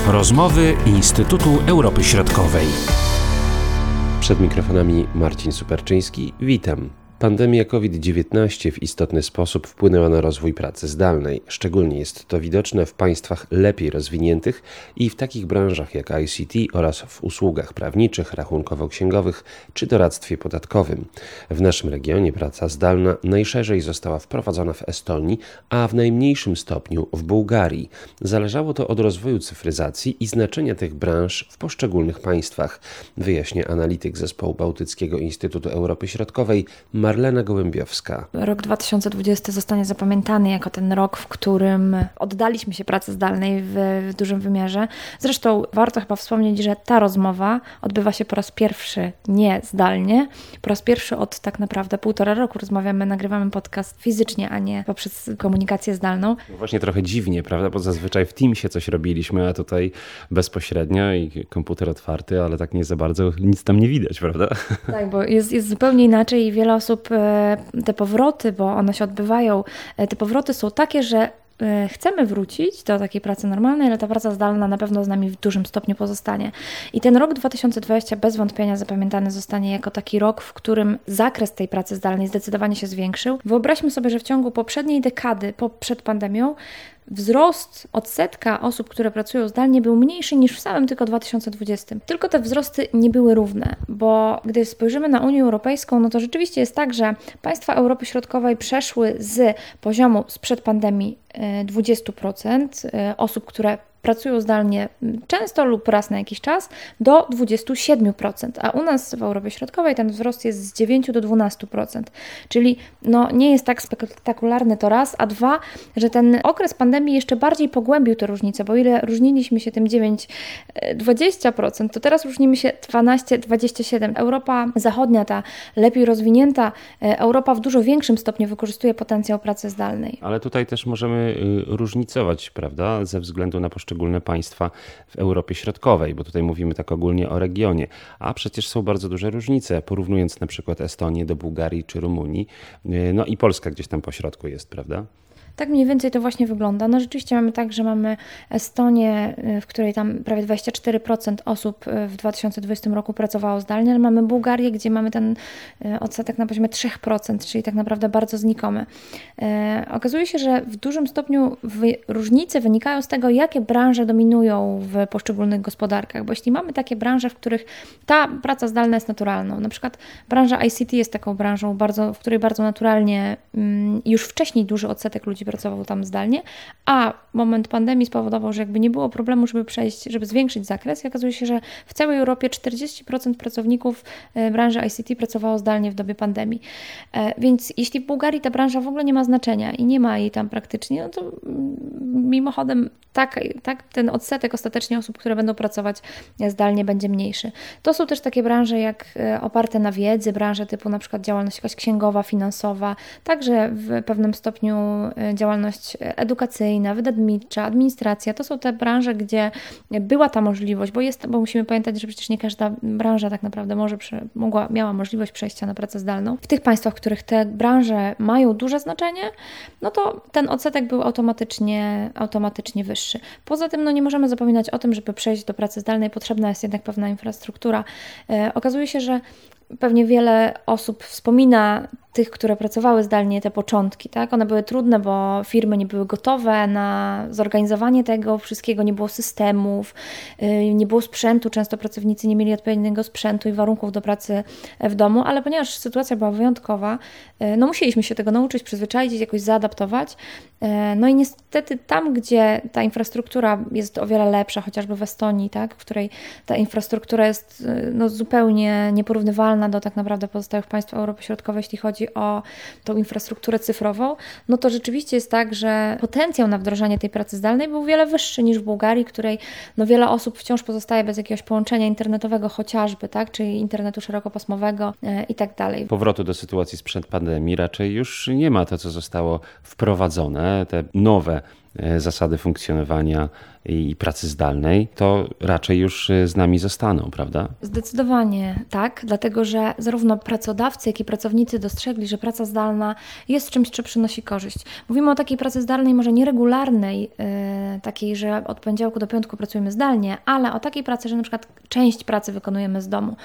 Rozmowy Instytutu Europy Środkowej. Przed mikrofonami Marcin Superczyński. Witam. Pandemia COVID-19 w istotny sposób wpłynęła na rozwój pracy zdalnej. Szczególnie jest to widoczne w państwach lepiej rozwiniętych i w takich branżach jak ICT oraz w usługach prawniczych, rachunkowo-księgowych czy doradztwie podatkowym. W naszym regionie praca zdalna najszerzej została wprowadzona w Estonii, a w najmniejszym stopniu w Bułgarii. Zależało to od rozwoju cyfryzacji i znaczenia tych branż w poszczególnych państwach, wyjaśnia analityk Zespołu Bałtyckiego Instytutu Europy Środkowej Marlena Gołębiowska. Rok 2020 zostanie zapamiętany jako ten rok, w którym oddaliśmy się pracy zdalnej w dużym wymiarze. Zresztą warto chyba wspomnieć, że ta rozmowa odbywa się po raz pierwszy nie zdalnie. Po raz pierwszy od tak naprawdę 1,5 roku nagrywamy podcast fizycznie, a nie poprzez komunikację zdalną. Właśnie trochę dziwnie, prawda? Bo zazwyczaj w Teamsie coś robiliśmy, a tutaj bezpośrednio i komputer otwarty, ale tak nie za bardzo nic tam nie widać, prawda? Tak, bo jest zupełnie inaczej i wiele osób te powroty, bo one się odbywają, te powroty są takie, że chcemy wrócić do takiej pracy normalnej, ale ta praca zdalna na pewno z nami w dużym stopniu pozostanie. I ten rok 2020 bez wątpienia zapamiętany zostanie jako taki rok, w którym zakres tej pracy zdalnej zdecydowanie się zwiększył. Wyobraźmy sobie, że w ciągu poprzedniej dekady, przed pandemią, wzrost odsetka osób, które pracują zdalnie, był mniejszy niż w samym tylko 2020. Tylko te wzrosty nie były równe, bo gdy spojrzymy na Unię Europejską, no to rzeczywiście jest tak, że państwa Europy Środkowej przeszły z poziomu sprzed pandemii 20% osób, które pracują zdalnie często lub raz na jakiś czas, do 27%, a u nas w Europie Środkowej ten wzrost jest z 9 do 12%, czyli nie jest tak spektakularny to raz, a dwa, że ten okres pandemii jeszcze bardziej pogłębił te różnice, bo ile różniliśmy się tym 9-20%, to teraz różnimy się 12-27%. Europa zachodnia, ta lepiej rozwinięta Europa w dużo większym stopniu wykorzystuje potencjał pracy zdalnej. Ale tutaj też możemy różnicować, prawda, ze względu na poszczególne państwa w Europie Środkowej, bo tutaj mówimy tak ogólnie o regionie, a przecież są bardzo duże różnice, porównując na przykład Estonię do Bułgarii czy Rumunii, no i Polska gdzieś tam po środku jest, prawda? Tak mniej więcej to właśnie wygląda. Rzeczywiście mamy tak, że mamy Estonię, w której tam prawie 24% osób w 2020 roku pracowało zdalnie, ale mamy Bułgarię, gdzie mamy ten odsetek na poziomie 3%, czyli tak naprawdę bardzo znikomy. Okazuje się, że w dużym stopniu różnice wynikają z tego, jakie branże dominują w poszczególnych gospodarkach, bo jeśli mamy takie branże, w których ta praca zdalna jest naturalną, na przykład branża ICT jest taką branżą, w której bardzo naturalnie już wcześniej duży odsetek ludzi pracował tam zdalnie, a moment pandemii spowodował, że jakby nie było problemu, żeby zwiększyć zakres i okazuje się, że w całej Europie 40% pracowników branży ICT pracowało zdalnie w dobie pandemii. Więc jeśli w Bułgarii ta branża w ogóle nie ma znaczenia i nie ma jej tam praktycznie, no to mimochodem tak ten odsetek ostatecznie osób, które będą pracować zdalnie, będzie mniejszy. To są też takie branże jak oparte na wiedzy, branże typu na przykład działalność jakaś księgowa, finansowa, także w pewnym stopniu działalność edukacyjna, wydawnicza, administracja. To są te branże, gdzie była ta możliwość, bo musimy pamiętać, że przecież nie każda branża tak naprawdę miała możliwość przejścia na pracę zdalną. W tych państwach, w których te branże mają duże znaczenie, no to ten odsetek był automatycznie wyższy. Poza tym nie możemy zapominać o tym, żeby przejść do pracy zdalnej, potrzebna jest jednak pewna infrastruktura. Okazuje się, że pewnie wiele osób wspomina tych, które pracowały zdalnie, te początki, tak? One były trudne, bo firmy nie były gotowe na zorganizowanie tego wszystkiego, nie było systemów, nie było sprzętu, często pracownicy nie mieli odpowiedniego sprzętu i warunków do pracy w domu, ale ponieważ sytuacja była wyjątkowa, musieliśmy się tego nauczyć, przyzwyczaić i jakoś zaadaptować. No i niestety tam, gdzie ta infrastruktura jest o wiele lepsza, chociażby w Estonii, tak? W której ta infrastruktura jest zupełnie nieporównywalna do tak naprawdę pozostałych państw Europy Środkowej, jeśli chodzi o tą infrastrukturę cyfrową, no to rzeczywiście jest tak, że potencjał na wdrożenie tej pracy zdalnej był wiele wyższy niż w Bułgarii, której wiele osób wciąż pozostaje bez jakiegoś połączenia internetowego chociażby, tak, czyli internetu szerokopasmowego i tak dalej. Powrotu do sytuacji sprzed pandemii raczej już nie ma. To, co zostało wprowadzone, te nowe zasady funkcjonowania i pracy zdalnej, to raczej już z nami zostaną, prawda? Zdecydowanie tak, dlatego że zarówno pracodawcy, jak i pracownicy dostrzegli, że praca zdalna jest czymś, co przynosi korzyść. Mówimy o takiej pracy zdalnej, może nieregularnej, takiej, że od poniedziałku do piątku pracujemy zdalnie, ale o takiej pracy, że na przykład część pracy wykonujemy z domu.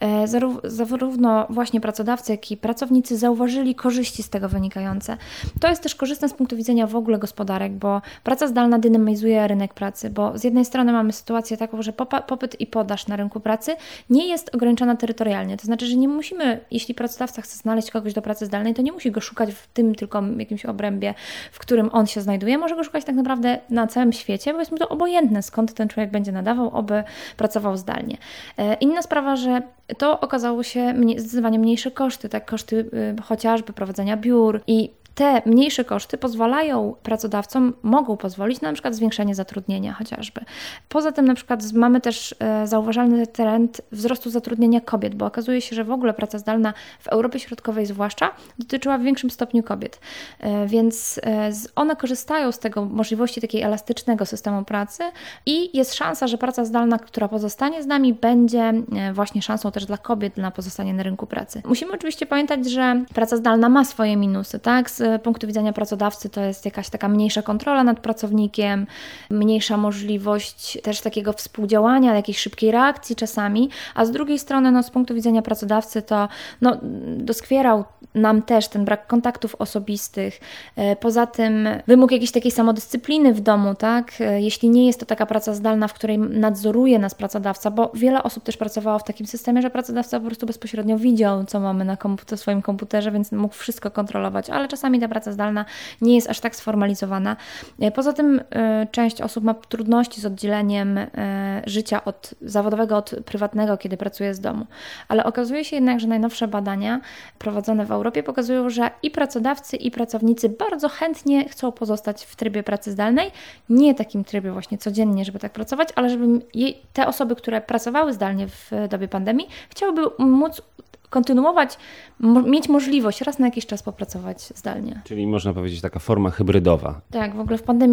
Zarówno właśnie pracodawcy, jak i pracownicy zauważyli korzyści z tego wynikające. To jest też korzystne z punktu widzenia w ogóle gospodarek, bo praca zdalna dynamizuje rynek pracy, bo z jednej strony mamy sytuację taką, że popyt i podaż na rynku pracy nie jest ograniczona terytorialnie. To znaczy, że nie musimy, jeśli pracodawca chce znaleźć kogoś do pracy zdalnej, to nie musi go szukać w tym tylko jakimś obrębie, w którym on się znajduje. Może go szukać tak naprawdę na całym świecie, bo jest mu to obojętne, skąd ten człowiek będzie nadawał, oby pracował zdalnie. Inna sprawa, że to okazało się zdecydowanie mniejsze koszty, tak, koszty chociażby prowadzenia biur i te mniejsze koszty mogą pozwolić na przykład zwiększenie zatrudnienia chociażby. Poza tym na przykład mamy też zauważalny trend wzrostu zatrudnienia kobiet, bo okazuje się, że w ogóle praca zdalna w Europie Środkowej zwłaszcza dotyczyła w większym stopniu kobiet. Więc one korzystają z tego możliwości takiego elastycznego systemu pracy i jest szansa, że praca zdalna, która pozostanie z nami, będzie właśnie szansą też dla kobiet na pozostanie na rynku pracy. Musimy oczywiście pamiętać, że praca zdalna ma swoje minusy, tak? Z punktu widzenia pracodawcy to jest jakaś taka mniejsza kontrola nad pracownikiem, mniejsza możliwość też takiego współdziałania, jakiejś szybkiej reakcji czasami, a z drugiej strony z punktu widzenia pracodawcy to doskwierał nam też ten brak kontaktów osobistych, poza tym wymóg jakiejś takiej samodyscypliny w domu, tak? Jeśli nie jest to taka praca zdalna, w której nadzoruje nas pracodawca, bo wiele osób też pracowało w takim systemie, że pracodawca po prostu bezpośrednio widział, co mamy na swoim komputerze, więc mógł wszystko kontrolować, ale czasami ta praca zdalna nie jest aż tak sformalizowana. Poza tym część osób ma trudności z oddzieleniem życia zawodowego od prywatnego, kiedy pracuje z domu. Ale okazuje się jednak, że najnowsze badania prowadzone w Europie pokazują, że i pracodawcy, i pracownicy bardzo chętnie chcą pozostać w trybie pracy zdalnej. Nie takim trybie właśnie codziennie, żeby tak pracować, ale żeby te osoby, które pracowały zdalnie w dobie pandemii, chciałyby móc kontynuować, mieć możliwość raz na jakiś czas popracować zdalnie. Czyli można powiedzieć taka forma hybrydowa. Tak, w ogóle w pandemii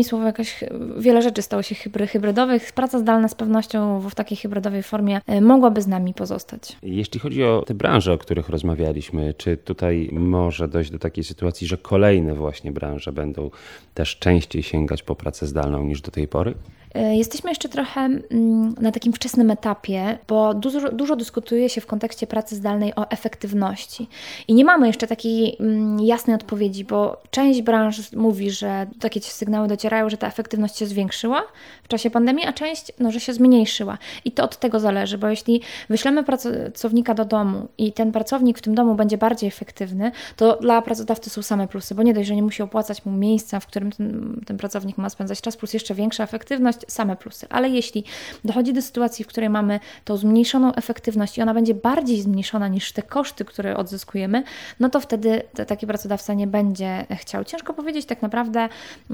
wiele rzeczy stało się hybrydowych. Praca zdalna z pewnością w takiej hybrydowej formie mogłaby z nami pozostać. Jeśli chodzi o te branże, o których rozmawialiśmy, czy tutaj może dojść do takiej sytuacji, że kolejne właśnie branże będą też częściej sięgać po pracę zdalną niż do tej pory? Jesteśmy jeszcze trochę na takim wczesnym etapie, bo dużo dyskutuje się w kontekście pracy zdalnej o efektywności. I nie mamy jeszcze takiej jasnej odpowiedzi, bo część branż mówi, że takie sygnały docierają, że ta efektywność się zwiększyła w czasie pandemii, a część, że się zmniejszyła. I to od tego zależy, bo jeśli wyślemy pracownika do domu i ten pracownik w tym domu będzie bardziej efektywny, to dla pracodawcy są same plusy, bo nie dość, że nie musi opłacać mu miejsca, w którym ten pracownik ma spędzać czas, plus jeszcze większa efektywność, same plusy. Ale jeśli dochodzi do sytuacji, w której mamy tą zmniejszoną efektywność i ona będzie bardziej zmniejszona niż te koszty, które odzyskujemy, no to wtedy taki pracodawca nie będzie chciał. Ciężko powiedzieć tak naprawdę,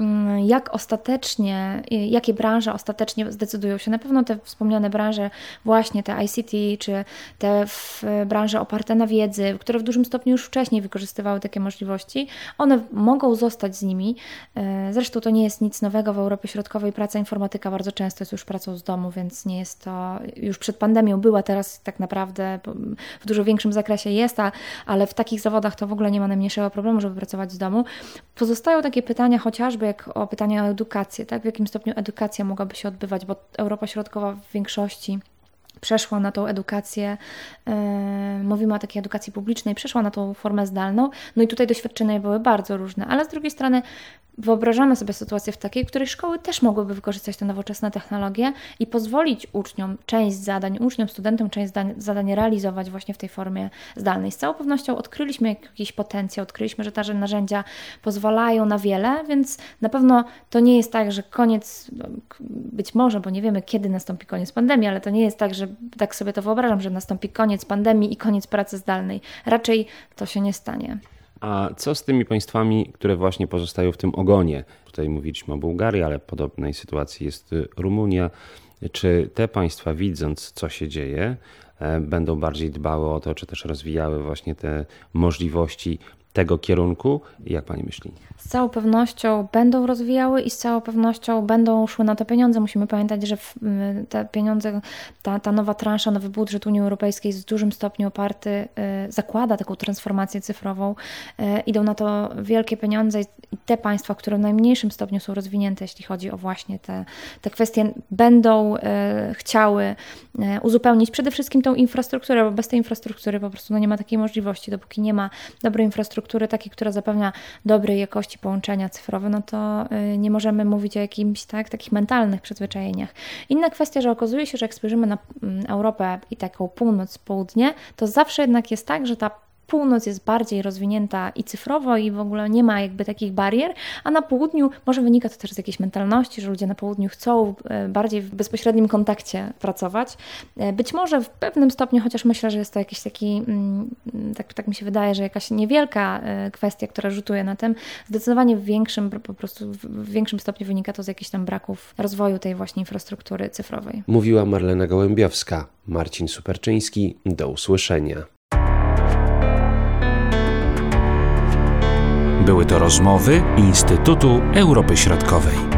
jakie branże ostatecznie zdecydują się. Na pewno te wspomniane branże, właśnie te ICT, czy te branże oparte na wiedzy, które w dużym stopniu już wcześniej wykorzystywały takie możliwości, one mogą zostać z nimi. Zresztą to nie jest nic nowego w Europie Środkowej. Praca informatyka bardzo często jest już pracą z domu, więc nie jest to, już przed pandemią była, teraz tak naprawdę w dużo większym zakresie jest, ale w takich zawodach to w ogóle nie ma najmniejszego problemu, żeby pracować z domu. Pozostają takie pytania, chociażby jak o pytania o edukację, tak? W jakim stopniu edukacja mogłaby się odbywać, bo Europa Środkowa w większości przeszła na tą edukację, mówimy o takiej edukacji publicznej, przeszła na tą formę zdalną, no i tutaj doświadczenia były bardzo różne, ale z drugiej strony wyobrażamy sobie sytuację w takiej, w której szkoły też mogłyby wykorzystać te nowoczesne technologie i pozwolić studentom część zadań realizować właśnie w tej formie zdalnej. Z całą pewnością odkryliśmy jakiś potencjał, odkryliśmy, że te narzędzia pozwalają na wiele, więc na pewno to nie jest tak, że być może, bo nie wiemy, kiedy nastąpi koniec pandemii, ale to nie jest tak, że tak sobie to wyobrażam, że nastąpi koniec pandemii i koniec pracy zdalnej. Raczej to się nie stanie. A co z tymi państwami, które właśnie pozostają w tym ogonie? Tutaj mówiliśmy o Bułgarii, ale w podobnej sytuacji jest Rumunia. Czy te państwa, widząc, co się dzieje, będą bardziej dbały o to, czy też rozwijały właśnie te możliwości tego kierunku? Jak pani myśli? Z całą pewnością będą rozwijały i z całą pewnością będą szły na te pieniądze. Musimy pamiętać, że te pieniądze, ta nowa transza, nowy budżet Unii Europejskiej jest w dużym stopniu oparty, zakłada taką transformację cyfrową. Idą na to wielkie pieniądze i te państwa, które w najmniejszym stopniu są rozwinięte, jeśli chodzi o właśnie te kwestie, będą chciały uzupełnić przede wszystkim tą infrastrukturę, bo bez tej infrastruktury po prostu nie ma takiej możliwości. Dopóki nie ma dobrej infrastruktury, takiej, która zapewnia dobrej jakości połączenia cyfrowe, no to nie możemy mówić o jakimś takich mentalnych przyzwyczajeniach. Inna kwestia, że okazuje się, że jak spojrzymy na Europę i taką północ, południe, to zawsze jednak jest tak, że ta północ jest bardziej rozwinięta i cyfrowo i w ogóle nie ma jakby takich barier, a na południu może wynika to też z jakiejś mentalności, że ludzie na południu chcą bardziej w bezpośrednim kontakcie pracować. Być może w pewnym stopniu, chociaż myślę, że jest to jakiś taki, tak mi się wydaje, że jakaś niewielka kwestia, która rzutuje na tym, zdecydowanie w większym stopniu wynika to z jakichś tam braków rozwoju tej właśnie infrastruktury cyfrowej. Mówiła Marlena Gołębiowska. Marcin Superczyński. Do usłyszenia. Były to rozmowy Instytutu Europy Środkowej.